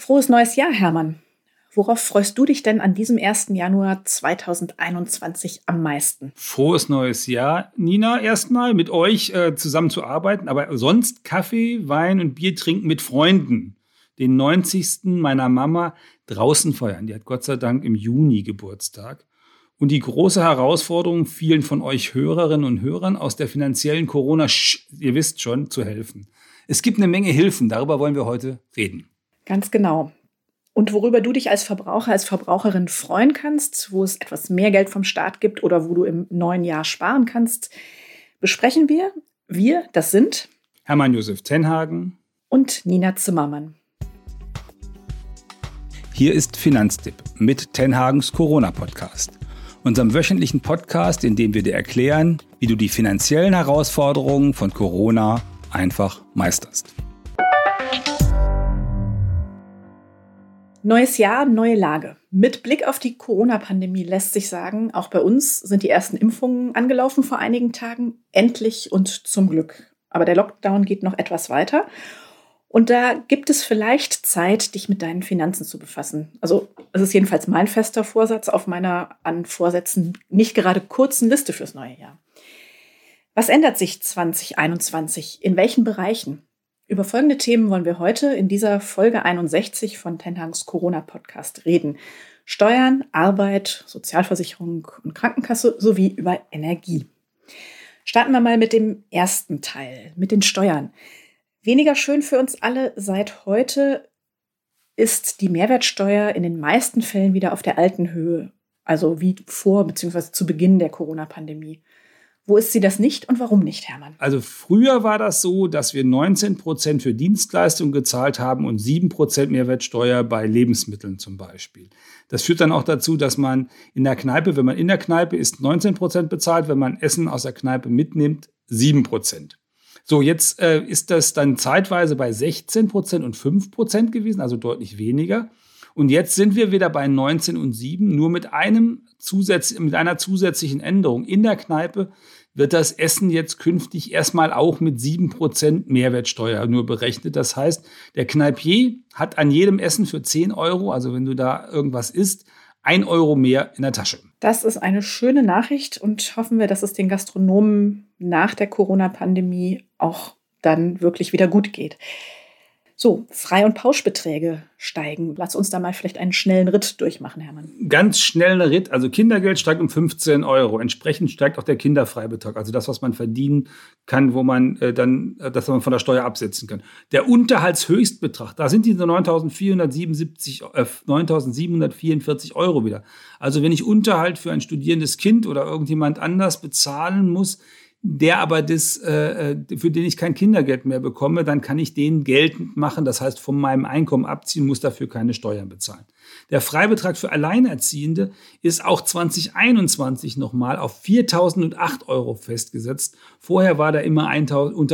Frohes neues Jahr, Hermann. Worauf freust du dich denn an diesem 1. Januar 2021 am meisten? Frohes neues Jahr, Nina, erstmal mit euch zusammen zu arbeiten, aber sonst Kaffee, Wein und Bier trinken mit Freunden. Den 90. meiner Mama draußen feiern. Die hat Gott sei Dank im Juni Geburtstag. Und die große Herausforderung, vielen von euch Hörerinnen und Hörern aus der finanziellen Corona, ihr wisst schon, zu helfen. Es gibt eine Menge Hilfen, darüber wollen wir heute reden. Ganz genau. Und worüber du dich als Verbraucher, als Verbraucherin freuen kannst, wo es etwas mehr Geld vom Staat gibt oder wo du im neuen Jahr sparen kannst, besprechen wir. Wir, das sind Hermann Josef Tenhagen und Nina Zimmermann. Hier ist Finanztipp mit Tenhagens Corona-Podcast. Unserem wöchentlichen Podcast, in dem wir dir erklären, wie du die finanziellen Herausforderungen von Corona einfach meisterst. Neues Jahr, neue Lage. Mit Blick auf die Corona-Pandemie lässt sich sagen, auch bei uns sind die ersten Impfungen angelaufen vor einigen Tagen. Endlich und zum Glück. Aber der Lockdown geht noch etwas weiter. Und da gibt es vielleicht Zeit, dich mit deinen Finanzen zu befassen. Also es ist jedenfalls mein fester Vorsatz auf meiner an Vorsätzen nicht gerade kurzen Liste fürs neue Jahr. Was ändert sich 2021? In welchen Bereichen? Über folgende Themen wollen wir heute in dieser Folge 61 von Tenhagens Corona-Podcast reden. Steuern, Arbeit, Sozialversicherung und Krankenkasse sowie über Energie. Starten wir mal mit dem ersten Teil, mit den Steuern. Weniger schön für uns alle, seit heute ist die Mehrwertsteuer in den meisten Fällen wieder auf der alten Höhe, also wie vor bzw. zu Beginn der Corona-Pandemie. Wo ist sie das nicht und warum nicht, Hermann? Also früher war das so, dass wir 19% für Dienstleistungen gezahlt haben und 7% Mehrwertsteuer bei Lebensmitteln zum Beispiel. Das führt dann auch dazu, dass man in der Kneipe, wenn man in der Kneipe ist, 19% bezahlt, wenn man Essen aus der Kneipe mitnimmt, 7%. So, jetzt ist das dann zeitweise bei 16% und 5% gewesen, also deutlich weniger. Und jetzt sind wir wieder bei 19 und 7, nur mit einer zusätzlichen Änderung. In der Kneipe wird das Essen jetzt künftig erstmal auch mit 7% Mehrwertsteuer nur berechnet. Das heißt, der Kneipier hat an jedem Essen für 10 Euro, also wenn du da irgendwas isst, 1 Euro mehr in der Tasche. Das ist eine schöne Nachricht und hoffen wir, dass es den Gastronomen nach der Corona-Pandemie auch dann wirklich wieder gut geht. So, Frei- und Pauschbeträge steigen. Lass uns da mal vielleicht einen schnellen Ritt durchmachen, Hermann. Ganz schneller Ritt. Also Kindergeld steigt um 15 Euro. Entsprechend steigt auch der Kinderfreibetrag. Also das, was man verdienen kann, wo man das man von der Steuer absetzen kann. Der Unterhaltshöchstbetrag, da sind diese 9.744 Euro wieder. Also wenn ich Unterhalt für ein studierendes Kind oder irgendjemand anders bezahlen muss, der aber für den ich kein Kindergeld mehr bekomme, dann kann ich den geltend machen, das heißt von meinem Einkommen abziehen, muss dafür keine Steuern bezahlen. Der Freibetrag für Alleinerziehende ist auch 2021 nochmal auf 4.008 Euro festgesetzt. Vorher war da immer rund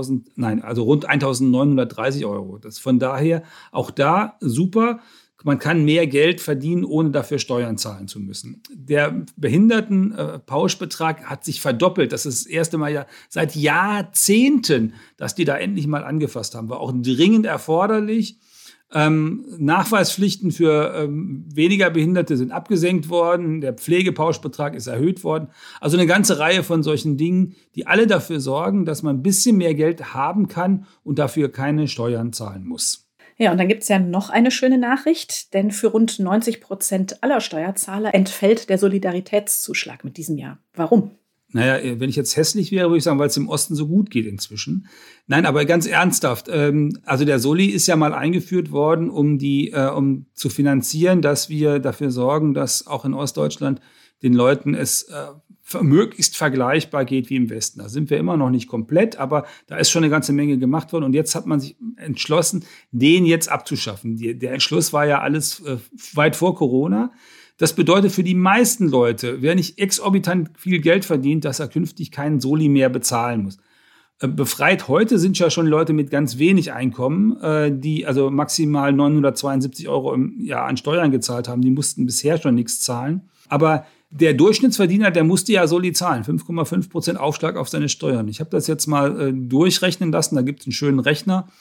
1.930 Euro. Das von daher auch da super. Man kann mehr Geld verdienen, ohne dafür Steuern zahlen zu müssen. Der Behindertenpauschbetrag hat sich verdoppelt. Das ist das erste Mal ja seit Jahrzehnten, dass die da endlich mal angefasst haben. War auch dringend erforderlich. Nachweispflichten für weniger Behinderte sind abgesenkt worden. Der Pflegepauschbetrag ist erhöht worden. Also eine ganze Reihe von solchen Dingen, die alle dafür sorgen, dass man ein bisschen mehr Geld haben kann und dafür keine Steuern zahlen muss. Ja, und dann gibt es ja noch eine schöne Nachricht, denn für rund 90% aller Steuerzahler entfällt der Solidaritätszuschlag mit diesem Jahr. Warum? Naja, wenn ich jetzt hässlich wäre, würde ich sagen, weil es im Osten so gut geht inzwischen. Nein, aber ganz ernsthaft, also der Soli ist ja mal eingeführt worden, um zu finanzieren, dass wir dafür sorgen, dass auch in Ostdeutschland den Leuten es möglichst vergleichbar geht wie im Westen. Da sind wir immer noch nicht komplett, aber da ist schon eine ganze Menge gemacht worden. Und jetzt hat man sich entschlossen, den jetzt abzuschaffen. Der Entschluss war ja alles weit vor Corona. Das bedeutet für die meisten Leute, wer nicht exorbitant viel Geld verdient, dass er künftig keinen Soli mehr bezahlen muss. Befreit heute sind ja schon Leute mit ganz wenig Einkommen, die also maximal 972 Euro im Jahr an Steuern gezahlt haben. Die mussten bisher schon nichts zahlen. Aber der Durchschnittsverdiener, der musste ja Soli zahlen, 5,5% Aufschlag auf seine Steuern. Ich habe das jetzt mal durchrechnen lassen, da gibt es einen schönen Rechner.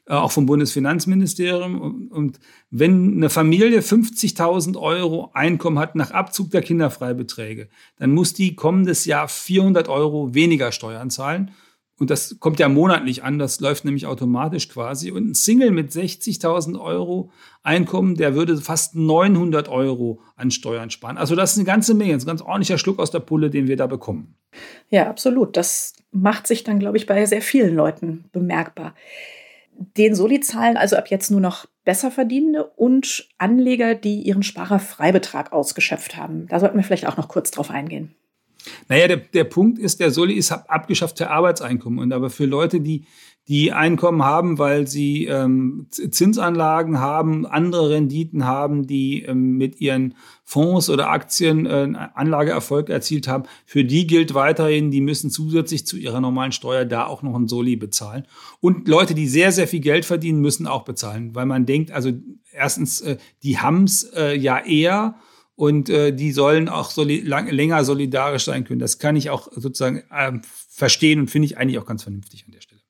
auch vom Bundesfinanzministerium. Und wenn eine Familie 50.000 € Einkommen hat nach Abzug der Kinderfreibeträge, dann muss die kommendes Jahr 400 € weniger Steuern zahlen. Und das kommt ja monatlich an, das läuft nämlich automatisch quasi. Und ein Single mit 60.000 € Einkommen, der würde fast 900 € an Steuern sparen. Also das ist eine ganze Menge, ein ganz ordentlicher Schluck aus der Pulle, den wir da bekommen. Ja, absolut. Das macht sich dann, glaube ich, bei sehr vielen Leuten bemerkbar. Den Soli zahlen also ab jetzt nur noch Besserverdienende und Anleger, die ihren Sparerfreibetrag ausgeschöpft haben. Da sollten wir vielleicht auch noch kurz drauf eingehen. Naja, der Punkt ist, der Soli ist abgeschafft für Arbeitseinkommen. Und aber für Leute, die Einkommen haben, weil sie Zinsanlagen haben, andere Renditen haben, die mit ihren Fonds oder Aktien Anlageerfolg erzielt haben, für die gilt weiterhin, die müssen zusätzlich zu ihrer normalen Steuer da auch noch einen Soli bezahlen. Und Leute, die sehr, sehr viel Geld verdienen, müssen auch bezahlen, weil man denkt, also erstens, die haben's ja eher. Und die sollen auch länger solidarisch sein können. Das kann ich auch sozusagen verstehen und finde ich eigentlich auch ganz vernünftig an der Stelle.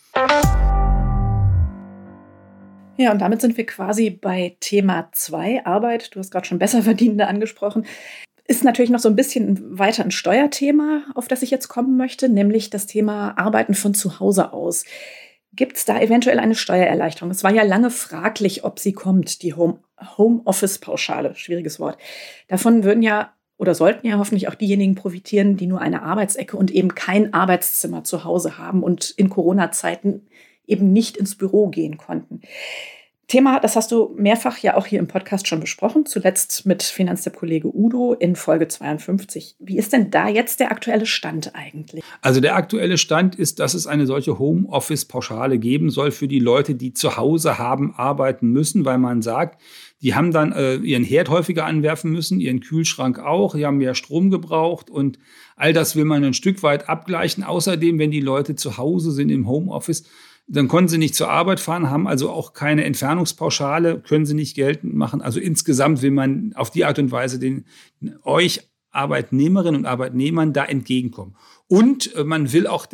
Ja, und damit sind wir quasi bei Thema 2, Arbeit. Du hast gerade schon Besserverdienende angesprochen. Ist natürlich noch so ein bisschen weiter ein Steuerthema, auf das ich jetzt kommen möchte, nämlich das Thema Arbeiten von zu Hause aus. Gibt es da eventuell eine Steuererleichterung? Es war ja lange fraglich, ob sie kommt, die Homeoffice-Pauschale, schwieriges Wort. Davon würden ja oder sollten ja hoffentlich auch diejenigen profitieren, die nur eine Arbeitsecke und eben kein Arbeitszimmer zu Hause haben und in Corona-Zeiten eben nicht ins Büro gehen konnten. Thema, das hast du mehrfach ja auch hier im Podcast schon besprochen, zuletzt mit Finanztipp-Kollege Udo in Folge 52. Wie ist denn da jetzt der aktuelle Stand eigentlich? Also der aktuelle Stand ist, dass es eine solche Homeoffice-Pauschale geben soll für die Leute, die zu Hause arbeiten müssen, weil man sagt, die haben dann ihren Herd häufiger anwerfen müssen, ihren Kühlschrank auch, die haben mehr Strom gebraucht und all das will man ein Stück weit abgleichen. Außerdem, wenn die Leute zu Hause sind im Homeoffice, dann können sie nicht zur Arbeit fahren, haben also auch keine Entfernungspauschale, können sie nicht geltend machen. Also insgesamt will man auf die Art und Weise euch Arbeitnehmerinnen und Arbeitnehmern da entgegenkommen. Und man will auch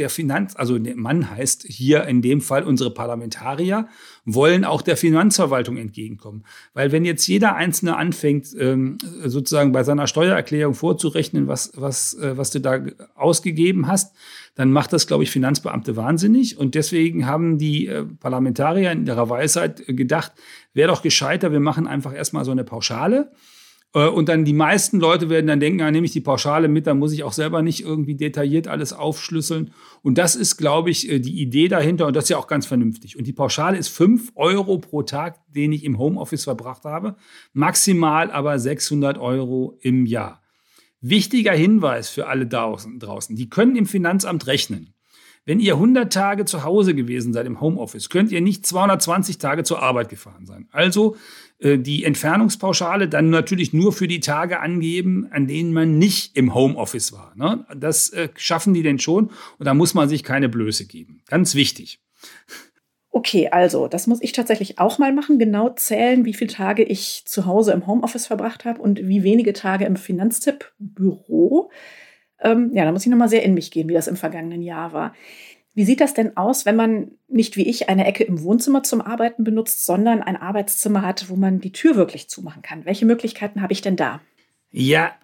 man heißt hier in dem Fall unsere Parlamentarier, wollen auch der Finanzverwaltung entgegenkommen. Weil wenn jetzt jeder Einzelne anfängt, sozusagen bei seiner Steuererklärung vorzurechnen, was du da ausgegeben hast, dann macht das, glaube ich, Finanzbeamte wahnsinnig. Und deswegen haben die Parlamentarier in ihrer Weisheit gedacht, wäre doch gescheiter, wir machen einfach erstmal so eine Pauschale. Und dann die meisten Leute werden dann denken, nehme ich die Pauschale mit, dann muss ich auch selber nicht irgendwie detailliert alles aufschlüsseln. Und das ist, glaube ich, die Idee dahinter und das ist ja auch ganz vernünftig. Und die Pauschale ist 5 € pro Tag, den ich im Homeoffice verbracht habe, maximal aber 600 € im Jahr. Wichtiger Hinweis für alle draußen, die können im Finanzamt rechnen. Wenn ihr 100 Tage zu Hause gewesen seid im Homeoffice, könnt ihr nicht 220 Tage zur Arbeit gefahren sein. Also die Entfernungspauschale dann natürlich nur für die Tage angeben, an denen man nicht im Homeoffice war. Ne? Das schaffen die denn schon und da muss man sich keine Blöße geben. Ganz wichtig. Okay, also das muss ich tatsächlich auch mal machen, genau zählen, wie viele Tage ich zu Hause im Homeoffice verbracht habe und wie wenige Tage im Finanztipp-Büro. Da muss ich nochmal sehr in mich gehen, wie das im vergangenen Jahr war. Wie sieht das denn aus, wenn man nicht wie ich eine Ecke im Wohnzimmer zum Arbeiten benutzt, sondern ein Arbeitszimmer hat, wo man die Tür wirklich zumachen kann? Welche Möglichkeiten habe ich denn da? Ja,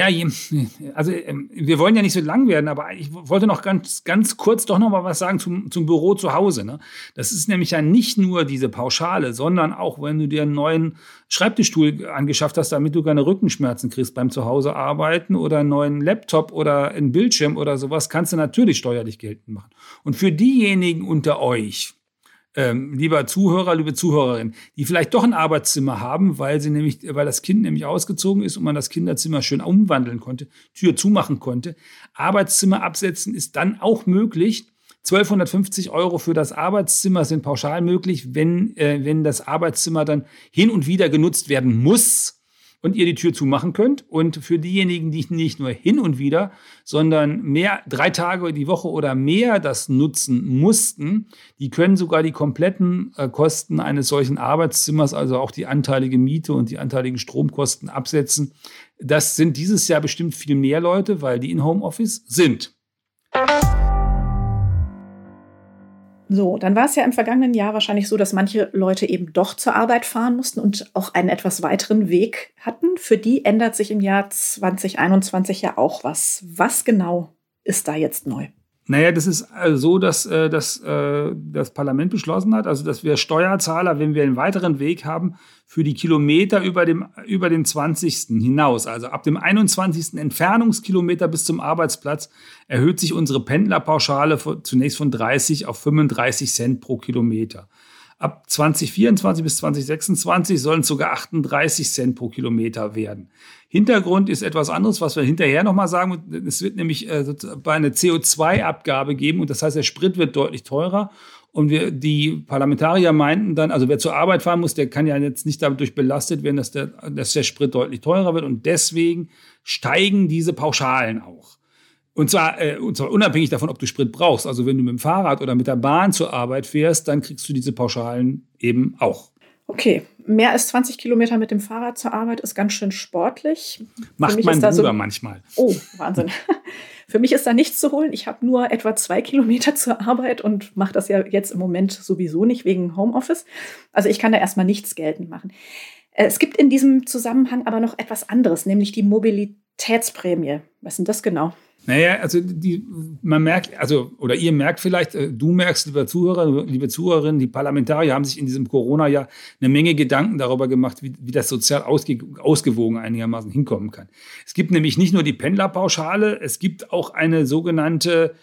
also wir wollen ja nicht so lang werden, aber ich wollte noch ganz kurz doch noch mal was sagen zum Büro zu Hause. Ne? Das ist nämlich ja nicht nur diese Pauschale, sondern auch, wenn du dir einen neuen Schreibtischstuhl angeschafft hast, damit du keine Rückenschmerzen kriegst beim Zuhause arbeiten oder einen neuen Laptop oder einen Bildschirm oder sowas, kannst du natürlich steuerlich geltend machen. Und für diejenigen unter euch, lieber Zuhörer, liebe Zuhörerin, die vielleicht doch ein Arbeitszimmer haben, weil das Kind nämlich ausgezogen ist und man das Kinderzimmer schön umwandeln konnte, Tür zumachen konnte. Arbeitszimmer absetzen ist dann auch möglich. 1.250 € für das Arbeitszimmer sind pauschal möglich, wenn das Arbeitszimmer dann hin und wieder genutzt werden muss und ihr die Tür zumachen könnt. Und für diejenigen, die nicht nur hin und wieder, sondern 3 Tage die Woche oder mehr das nutzen mussten, die können sogar die kompletten Kosten eines solchen Arbeitszimmers, also auch die anteilige Miete und die anteiligen Stromkosten absetzen. Das sind dieses Jahr bestimmt viel mehr Leute, weil die in Homeoffice sind. So, dann war es ja im vergangenen Jahr wahrscheinlich so, dass manche Leute eben doch zur Arbeit fahren mussten und auch einen etwas weiteren Weg hatten. Für die ändert sich im Jahr 2021 ja auch was. Was genau ist da jetzt neu? Naja, das ist so, dass das Parlament beschlossen hat, also dass wir Steuerzahler, wenn wir einen weiteren Weg haben, für die Kilometer über den 20. hinaus, also ab dem 21. Entfernungskilometer bis zum Arbeitsplatz, erhöht sich unsere Pendlerpauschale zunächst von 30 auf 35 Cent pro Kilometer. Ab 2024 bis 2026 sollen es sogar 38 Cent pro Kilometer werden. Hintergrund ist etwas anderes, was wir hinterher nochmal sagen. Es wird nämlich eine CO2-Abgabe geben und das heißt, der Sprit wird deutlich teurer. Und die Parlamentarier meinten dann, also wer zur Arbeit fahren muss, der kann ja jetzt nicht dadurch belastet werden, dass der Sprit deutlich teurer wird. Und deswegen steigen diese Pauschalen auch. Und zwar unabhängig davon, ob du Sprit brauchst. Also wenn du mit dem Fahrrad oder mit der Bahn zur Arbeit fährst, dann kriegst du diese Pauschalen eben auch. Okay, mehr als 20 Kilometer mit dem Fahrrad zur Arbeit ist ganz schön sportlich. Macht mein Bruder manchmal. Oh, Wahnsinn. Für mich ist da nichts zu holen. Ich habe nur etwa 2 Kilometer zur Arbeit und mache das ja jetzt im Moment sowieso nicht wegen Homeoffice. Also ich kann da erstmal nichts geltend machen. Es gibt in diesem Zusammenhang aber noch etwas anderes, nämlich die Mobilitätsprämie. Was ist denn das genau? Naja, also man merkt, oder ihr merkt vielleicht, du merkst, lieber Zuhörer, liebe Zuhörerinnen, die Parlamentarier haben sich in diesem Corona-Jahr eine Menge Gedanken darüber gemacht, wie das sozial ausgewogen einigermaßen hinkommen kann. Es gibt nämlich nicht nur die Pendlerpauschale, es gibt auch eine sogenannte,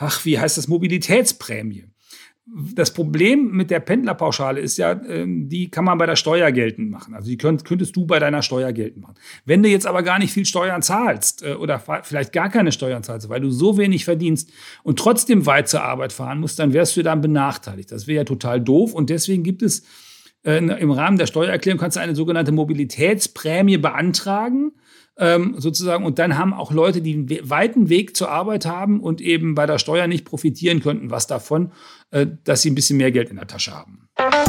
Mobilitätsprämie. Das Problem mit der Pendlerpauschale ist ja, die kann man bei der Steuer geltend machen. Also die könntest du bei deiner Steuer geltend machen. Wenn du jetzt aber gar nicht viel Steuern zahlst oder vielleicht gar keine Steuern zahlst, weil du so wenig verdienst und trotzdem weit zur Arbeit fahren musst, dann wärst du dann benachteiligt. Das wäre ja total doof und deswegen gibt es im Rahmen der Steuererklärung kannst du eine sogenannte Mobilitätsprämie beantragen. Sozusagen. Und dann haben auch Leute, die einen weiten Weg zur Arbeit haben und eben bei der Steuer nicht profitieren könnten, was davon, dass sie ein bisschen mehr Geld in der Tasche haben.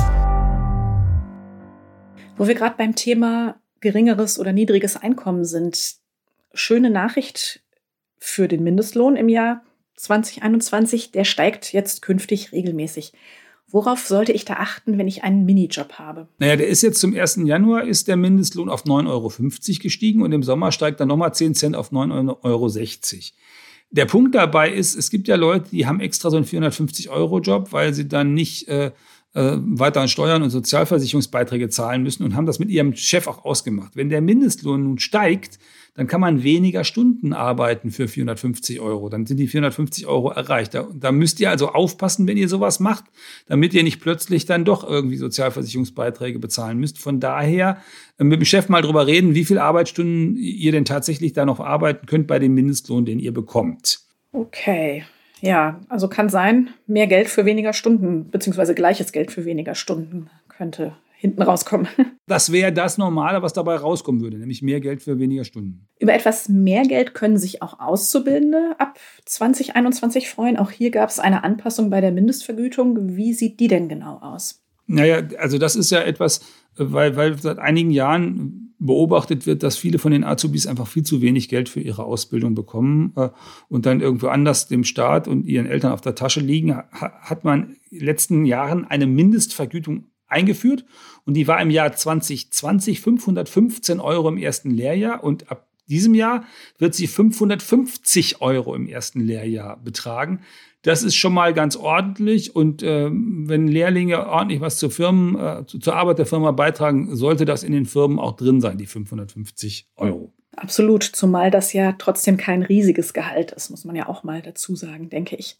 Wo wir gerade beim Thema geringeres oder niedriges Einkommen sind, schöne Nachricht für den Mindestlohn im Jahr 2021, der steigt jetzt künftig regelmäßig. Worauf sollte ich da achten, wenn ich einen Minijob habe? Naja, der ist jetzt zum 1. Januar ist der Mindestlohn auf 9,50 € gestiegen und im Sommer steigt dann nochmal 10 Cent auf 9,60 €. Der Punkt dabei ist, es gibt ja Leute, die haben extra so einen 450-Euro-Job, weil sie dann nicht weiter an Steuern und Sozialversicherungsbeiträge zahlen müssen und haben das mit ihrem Chef auch ausgemacht. Wenn der Mindestlohn nun steigt, dann kann man weniger Stunden arbeiten für 450 €. Dann sind die 450 € erreicht. Da müsst ihr also aufpassen, wenn ihr sowas macht, damit ihr nicht plötzlich dann doch irgendwie Sozialversicherungsbeiträge bezahlen müsst. Von daher mit dem Chef mal drüber reden, wie viele Arbeitsstunden ihr denn tatsächlich da noch arbeiten könnt bei dem Mindestlohn, den ihr bekommt. Okay. Ja, also kann sein, mehr Geld für weniger Stunden, beziehungsweise gleiches Geld für weniger Stunden könnte hinten rauskommen. Das wäre das Normale, was dabei rauskommen würde, nämlich mehr Geld für weniger Stunden. Über etwas mehr Geld können sich auch Auszubildende ab 2021 freuen. Auch hier gab es eine Anpassung bei der Mindestvergütung. Wie sieht die denn genau aus? Naja, also das ist ja etwas, weil seit einigen Jahren beobachtet wird, dass viele von den Azubis einfach viel zu wenig Geld für ihre Ausbildung bekommen und dann irgendwo anders dem Staat und ihren Eltern auf der Tasche liegen, hat man in den letzten Jahren eine Mindestvergütung eingeführt und die war im Jahr 2020 515 € im ersten Lehrjahr und ab diesem Jahr wird sie 550 € im ersten Lehrjahr betragen. Das ist schon mal ganz ordentlich und wenn Lehrlinge ordentlich was zur Arbeit der Firma beitragen, sollte das in den Firmen auch drin sein, die 550 €. Absolut, zumal das ja trotzdem kein riesiges Gehalt ist, muss man ja auch mal dazu sagen, denke ich.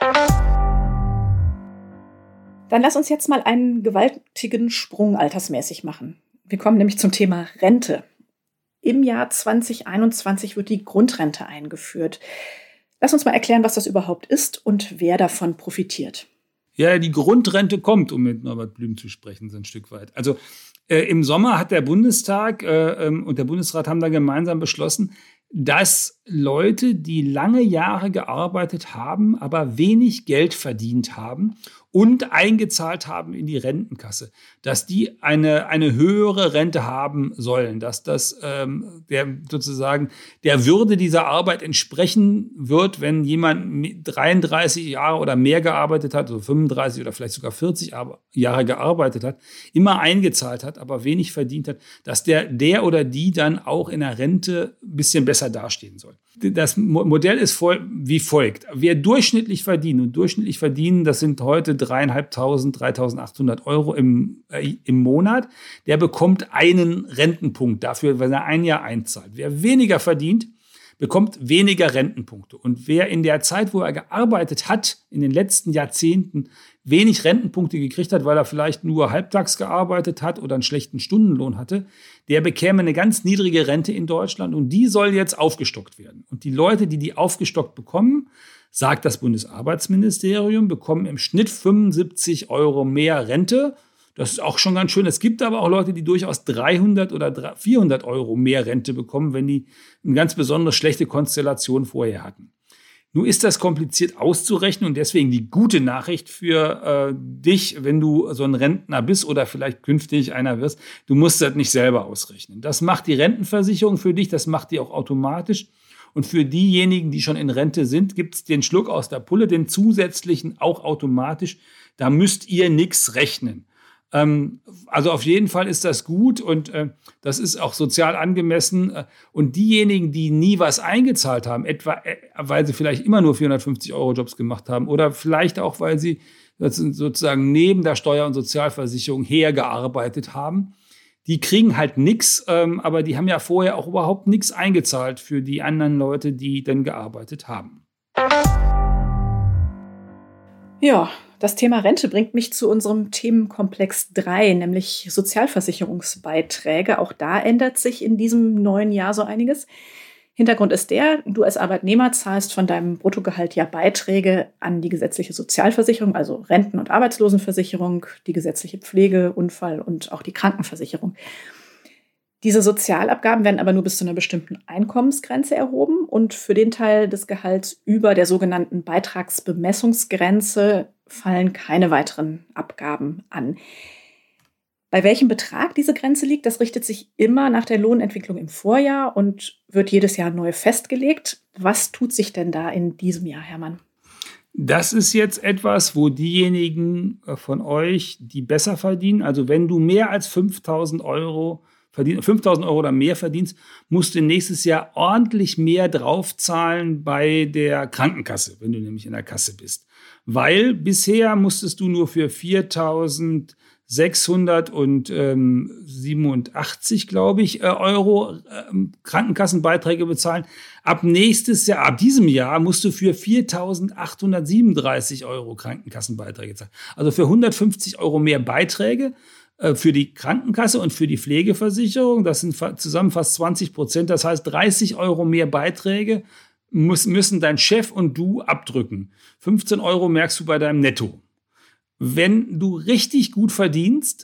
Dann lass uns jetzt mal einen gewaltigen Sprung altersmäßig machen. Wir kommen nämlich zum Thema Rente. Im Jahr 2021 wird die Grundrente eingeführt. Lass uns mal erklären, was das überhaupt ist und wer davon profitiert. Ja, die Grundrente kommt, um mit Norbert Blüm zu sprechen, so ein Stück weit. Also im Sommer hat der Bundestag und der Bundesrat haben da gemeinsam beschlossen, dass Leute, die lange Jahre gearbeitet haben, aber wenig Geld verdient haben und eingezahlt haben in die Rentenkasse, dass die eine höhere Rente haben sollen, dass das der Würde dieser Arbeit entsprechen wird, wenn jemand 33 Jahre oder mehr gearbeitet hat, also 35 oder vielleicht sogar 40 Jahre gearbeitet hat, immer eingezahlt hat, aber wenig verdient hat, dass der oder die dann auch in der Rente ein bisschen besser dastehen soll. Das Modell ist wie folgt. Wer durchschnittlich verdient, und durchschnittlich verdienen, das sind heute 3.500, 3.800 Euro im Monat, der bekommt einen Rentenpunkt dafür, wenn er ein Jahr einzahlt. Wer weniger verdient, bekommt weniger Rentenpunkte. Und wer in der Zeit, wo er gearbeitet hat, in den letzten Jahrzehnten wenig Rentenpunkte gekriegt hat, weil er vielleicht nur halbtags gearbeitet hat oder einen schlechten Stundenlohn hatte, der bekäme eine ganz niedrige Rente in Deutschland und die soll jetzt aufgestockt werden. Und die Leute, die aufgestockt bekommen, sagt das Bundesarbeitsministerium, bekommen im Schnitt 75 Euro mehr Rente. Das ist auch schon ganz schön. Es gibt aber auch Leute, die durchaus 300 oder 400 Euro mehr Rente bekommen, wenn die eine ganz besonders schlechte Konstellation vorher hatten. Nun ist das kompliziert auszurechnen und deswegen die gute Nachricht für dich, wenn du so ein Rentner bist oder vielleicht künftig einer wirst, du musst das nicht selber ausrechnen. Das macht die Rentenversicherung für dich, das macht die auch automatisch. Und für diejenigen, die schon in Rente sind, gibt es den Schluck aus der Pulle, den zusätzlichen auch automatisch. Da müsst ihr nichts rechnen. Also auf jeden Fall ist das gut und das ist auch sozial angemessen. Und diejenigen, die nie was eingezahlt haben, etwa weil sie vielleicht immer nur 450 Euro Jobs gemacht haben oder vielleicht auch, weil sie sozusagen neben der Steuer- und Sozialversicherung hergearbeitet haben, die kriegen halt nichts, aber die haben ja vorher auch überhaupt nichts eingezahlt für die anderen Leute, die dann gearbeitet haben. Ja, das Thema Rente bringt mich zu unserem Themenkomplex 3, nämlich Sozialversicherungsbeiträge. Auch da ändert sich in diesem neuen Jahr so einiges. Hintergrund ist du als Arbeitnehmer zahlst von deinem Bruttogehalt ja Beiträge an die gesetzliche Sozialversicherung, also Renten- und Arbeitslosenversicherung, die gesetzliche Pflege-, Unfall- und auch die Krankenversicherung. Diese Sozialabgaben werden aber nur bis zu einer bestimmten Einkommensgrenze erhoben und für den Teil des Gehalts über der sogenannten Beitragsbemessungsgrenze fallen keine weiteren Abgaben an. Bei welchem Betrag diese Grenze liegt, das richtet sich immer nach der Lohnentwicklung im Vorjahr und wird jedes Jahr neu festgelegt. Was tut sich denn da in diesem Jahr, Hermann? Das ist jetzt etwas, wo diejenigen von euch, die besser verdienen, also wenn du mehr als 5.000 Euro oder mehr verdienst, musst du nächstes Jahr ordentlich mehr draufzahlen bei der Krankenkasse, wenn du nämlich in der Kasse bist. Weil bisher musstest du nur für 4.687, glaube ich, Euro Krankenkassenbeiträge bezahlen. Ab diesem Jahr musst du für 4.837 Euro Krankenkassenbeiträge zahlen. Also für 150 Euro mehr Beiträge für die Krankenkasse und für die Pflegeversicherung. Das sind zusammen fast 20%. Das heißt, 30 Euro mehr Beiträge müssen dein Chef und du abdrücken. 15 Euro merkst du bei deinem Netto. Wenn du richtig gut verdienst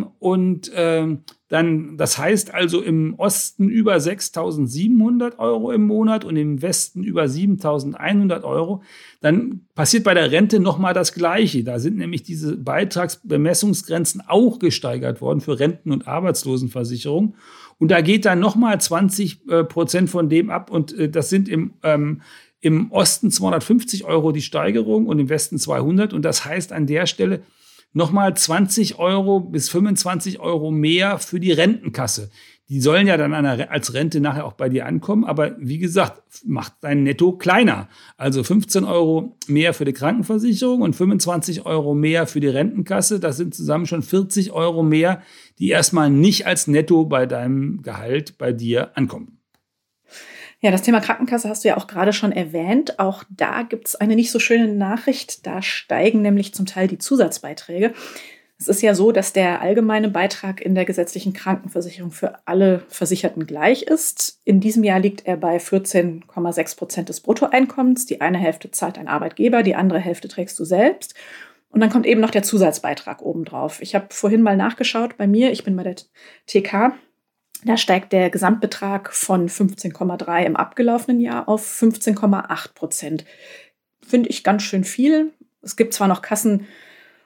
dann, das heißt also im Osten über 6.700 Euro im Monat und im Westen über 7.100 Euro, dann passiert bei der Rente nochmal das Gleiche. Da sind nämlich diese Beitragsbemessungsgrenzen auch gesteigert worden für Renten- und Arbeitslosenversicherung. Und da geht dann nochmal 20% von dem ab und das sind im Osten 250 Euro die Steigerung und im Westen 200. Und das heißt an der Stelle nochmal 20 Euro bis 25 Euro mehr für die Rentenkasse. Die sollen ja dann als Rente nachher auch bei dir ankommen. Aber wie gesagt, macht dein Netto kleiner. Also 15 Euro mehr für die Krankenversicherung und 25 Euro mehr für die Rentenkasse. Das sind zusammen schon 40 Euro mehr, die erstmal nicht als Netto bei deinem Gehalt bei dir ankommen. Ja, das Thema Krankenkasse hast du ja auch gerade schon erwähnt. Auch da gibt es eine nicht so schöne Nachricht. Da steigen nämlich zum Teil die Zusatzbeiträge. Es ist ja so, dass der allgemeine Beitrag in der gesetzlichen Krankenversicherung für alle Versicherten gleich ist. In diesem Jahr liegt er bei 14,6% des Bruttoeinkommens. Die eine Hälfte zahlt ein Arbeitgeber, die andere Hälfte trägst du selbst. Und dann kommt eben noch der Zusatzbeitrag obendrauf. Ich habe vorhin mal nachgeschaut bei mir. Ich bin bei der TK. Da steigt der Gesamtbetrag von 15,3 im abgelaufenen Jahr auf 15,8%. Finde ich ganz schön viel. Es gibt zwar noch Kassen,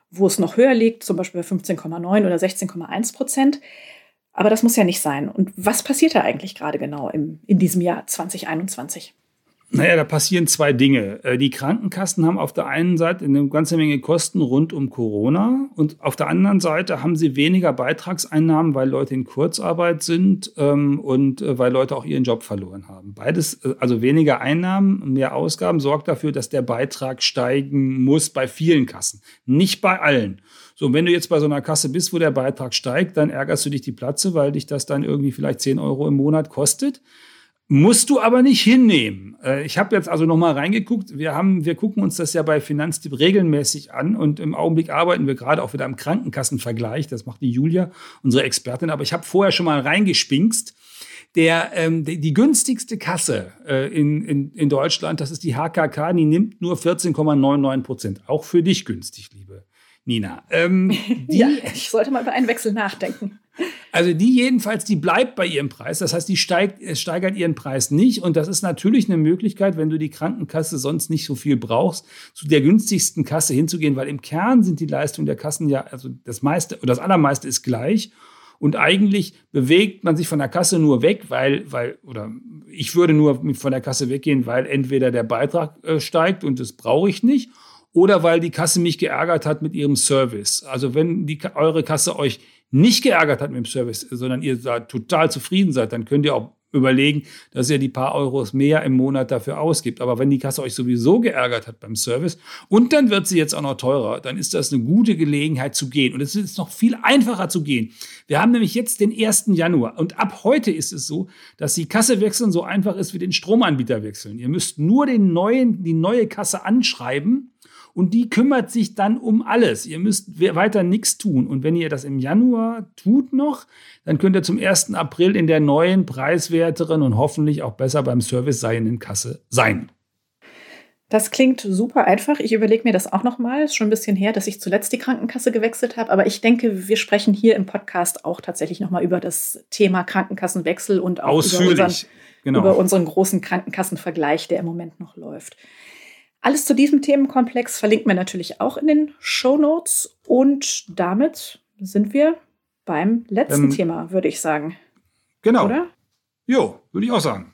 wo es noch höher liegt, zum Beispiel bei 15,9 oder 16,1%. Aber das muss ja nicht sein. Und was passiert da eigentlich gerade genau in diesem Jahr 2021? Naja, da passieren zwei Dinge. Die Krankenkassen haben auf der einen Seite eine ganze Menge Kosten rund um Corona und auf der anderen Seite haben sie weniger Beitragseinnahmen, weil Leute in Kurzarbeit sind und weil Leute auch ihren Job verloren haben. Beides, also weniger Einnahmen, mehr Ausgaben, sorgt dafür, dass der Beitrag steigen muss bei vielen Kassen, nicht bei allen. So, und wenn du jetzt bei so einer Kasse bist, wo der Beitrag steigt, dann ärgerst du dich die Platze, weil dich das dann irgendwie vielleicht 10 Euro im Monat kostet. Musst du aber nicht hinnehmen. Ich habe jetzt also noch mal reingeguckt. Wir gucken uns das ja bei Finanztipp regelmäßig an und im Augenblick arbeiten wir gerade auch wieder am Krankenkassenvergleich. Das macht die Julia, unsere Expertin. Aber ich habe vorher schon mal reingespinkst. Die günstigste Kasse in Deutschland, das ist die HKK, die nimmt nur 14,99%. Auch für dich günstig, liebe Nina. Ja, ich sollte mal über einen Wechsel nachdenken. Also die jedenfalls, die bleibt bei ihrem Preis. Das heißt, steigert ihren Preis nicht. Und das ist natürlich eine Möglichkeit, wenn du die Krankenkasse sonst nicht so viel brauchst, zu der günstigsten Kasse hinzugehen, weil im Kern sind die Leistungen der Kassen ja, also das meiste oder das Allermeiste ist gleich. Und eigentlich bewegt man sich von der Kasse nur weg, oder ich würde nur von der Kasse weggehen, weil entweder der Beitrag steigt und das brauche ich nicht, oder weil die Kasse mich geärgert hat mit ihrem Service. Also wenn eure Kasse euch nicht geärgert hat mit dem Service, sondern ihr da total zufrieden seid, dann könnt ihr auch überlegen, dass ihr die paar Euros mehr im Monat dafür ausgibt. Aber wenn die Kasse euch sowieso geärgert hat beim Service und dann wird sie jetzt auch noch teurer, dann ist das eine gute Gelegenheit zu gehen. Und es ist noch viel einfacher zu gehen. Wir haben nämlich jetzt den 1. Januar und ab heute ist es so, dass die Kasse wechseln so einfach ist wie den Stromanbieter wechseln. Ihr müsst nur die neue Kasse anschreiben. Und die kümmert sich dann um alles. Ihr müsst weiter nichts tun. Und wenn ihr das im Januar tut noch, dann könnt ihr zum 1. April in der neuen, preiswerteren und hoffentlich auch besser beim Service seienden Kasse sein. Das klingt super einfach. Ich überlege mir das auch noch mal. Ist schon ein bisschen her, dass ich zuletzt die Krankenkasse gewechselt habe. Aber ich denke, wir sprechen hier im Podcast auch tatsächlich noch mal über das Thema Krankenkassenwechsel und auch über unseren großen Krankenkassenvergleich, der im Moment noch läuft. Alles zu diesem Themenkomplex verlinken wir natürlich auch in den Shownotes. Und damit sind wir beim letzten Thema, würde ich sagen. Genau. Oder? Jo, würde ich auch sagen.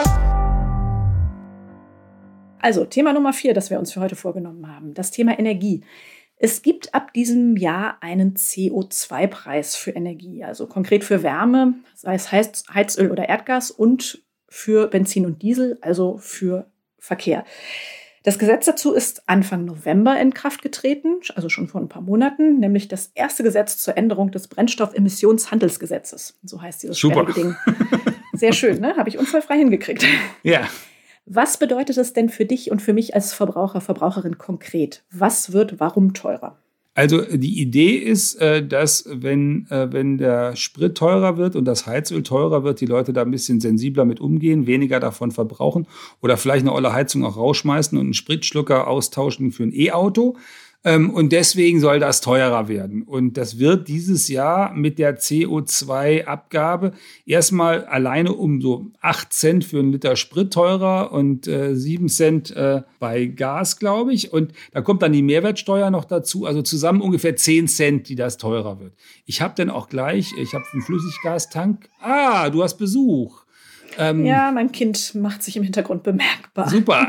Also Thema Nummer 4, das wir uns für heute vorgenommen haben, das Thema Energie. Es gibt ab diesem Jahr einen CO2-Preis für Energie, also konkret für Wärme, sei es Heizöl oder Erdgas, und für Benzin und Diesel, also für Verkehr. Das Gesetz dazu ist Anfang November in Kraft getreten, also schon vor ein paar Monaten, nämlich das erste Gesetz zur Änderung des Brennstoffemissionshandelsgesetzes. So heißt dieses sperrige Ding. Sehr schön, ne? Habe ich unfallfrei hingekriegt. Ja. Was bedeutet es denn für dich und für mich als Verbraucher, Verbraucherin konkret? Was wird warum teurer? Also die Idee ist, dass wenn der Sprit teurer wird und das Heizöl teurer wird, die Leute da ein bisschen sensibler mit umgehen, weniger davon verbrauchen oder vielleicht eine olle Heizung auch rausschmeißen und einen Spritschlucker austauschen für ein E-Auto. Und deswegen soll das teurer werden. Und das wird dieses Jahr mit der CO2-Abgabe erstmal alleine um so 8 Cent für einen Liter Sprit teurer und 7 Cent bei Gas, glaube ich. Und da kommt dann die Mehrwertsteuer noch dazu. Also zusammen ungefähr 10 Cent, die das teurer wird. Ich habe dann auch gleich, ich habe einen Flüssiggastank. Ah, du hast Besuch. Ja, mein Kind macht sich im Hintergrund bemerkbar. Super.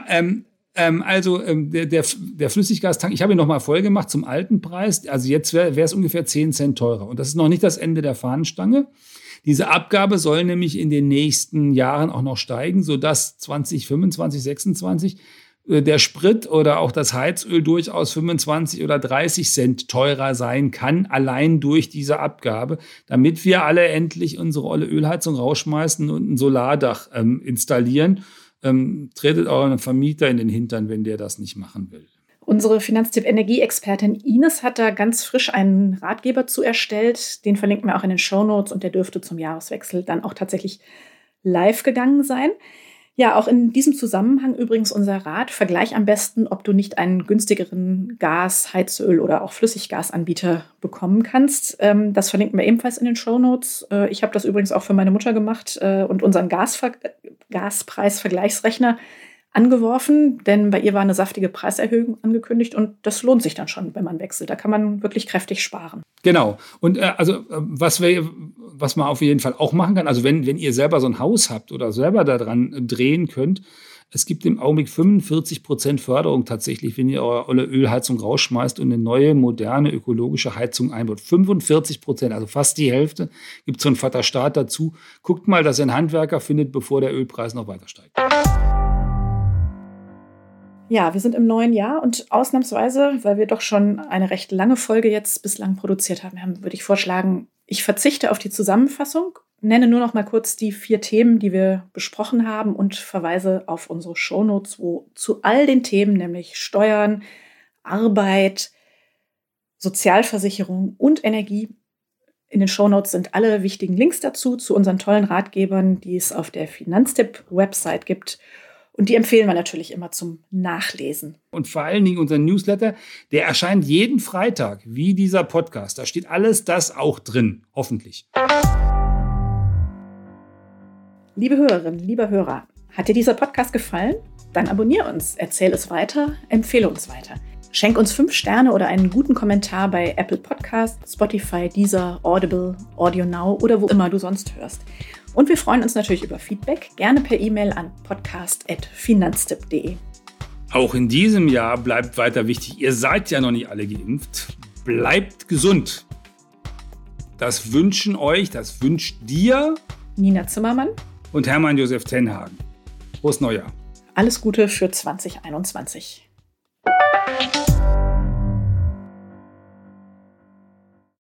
Der Flüssiggastank, ich habe ihn nochmal voll gemacht zum alten Preis. Also jetzt wäre es ungefähr 10 Cent teurer. Und das ist noch nicht das Ende der Fahnenstange. Diese Abgabe soll nämlich in den nächsten Jahren auch noch steigen, sodass 2025, 2026 der Sprit oder auch das Heizöl durchaus 25 oder 30 Cent teurer sein kann, allein durch diese Abgabe, damit wir alle endlich unsere olle Ölheizung rausschmeißen und ein Solardach installieren. Tretet euren Vermieter in den Hintern, wenn der das nicht machen will. Unsere Finanztipp-Energieexpertin Ines hat da ganz frisch einen Ratgeber zu erstellt. Den verlinken wir auch in den Shownotes und der dürfte zum Jahreswechsel dann auch tatsächlich live gegangen sein. Ja, auch in diesem Zusammenhang übrigens unser Rat: Vergleich am besten, ob du nicht einen günstigeren Gas-, Heizöl- oder auch Flüssiggasanbieter bekommen kannst. Das verlinken wir ebenfalls in den Shownotes. Ich habe das übrigens auch für meine Mutter gemacht und unseren Gaspreisvergleichsrechner angeworfen, denn bei ihr war eine saftige Preiserhöhung angekündigt und das lohnt sich dann schon, wenn man wechselt. Da kann man wirklich kräftig sparen. Genau. Und was man auf jeden Fall auch machen kann, also wenn ihr selber so ein Haus habt oder selber daran drehen könnt, es gibt im Augenblick 45% Förderung tatsächlich, wenn ihr eure Ölheizung rausschmeißt und eine neue, moderne, ökologische Heizung einbaut. 45%, also fast die Hälfte, gibt so einen Vaterstaat dazu. Guckt mal, dass ihr einen Handwerker findet, bevor der Ölpreis noch weiter steigt. Ja, wir sind im neuen Jahr und ausnahmsweise, weil wir doch schon eine recht lange Folge jetzt bislang produziert haben, würde ich vorschlagen, ich verzichte auf die Zusammenfassung, nenne nur noch mal kurz die 4 Themen, die wir besprochen haben und verweise auf unsere Shownotes, wo zu all den Themen, nämlich Steuern, Arbeit, Sozialversicherung und Energie, in den Shownotes sind alle wichtigen Links dazu, zu unseren tollen Ratgebern, die es auf der Finanztipp-Website gibt. Und die empfehlen wir natürlich immer zum Nachlesen. Und vor allen Dingen unser Newsletter, der erscheint jeden Freitag, wie dieser Podcast. Da steht alles das auch drin, hoffentlich. Liebe Hörerinnen, lieber Hörer, hat dir dieser Podcast gefallen? Dann abonniere uns, erzähl es weiter, empfehle uns weiter. Schenk uns 5 Sterne oder einen guten Kommentar bei Apple Podcasts, Spotify, Deezer, Audible, Audio Now oder wo immer du sonst hörst. Und wir freuen uns natürlich über Feedback, gerne per E-Mail an podcast@finanztipp.de. Auch in diesem Jahr bleibt weiter wichtig, ihr seid ja noch nicht alle geimpft, bleibt gesund. Das wünschen euch, das wünscht dir Nina Zimmermann und Hermann Josef Tenhagen. Frohes Neujahr. Alles Gute für 2021.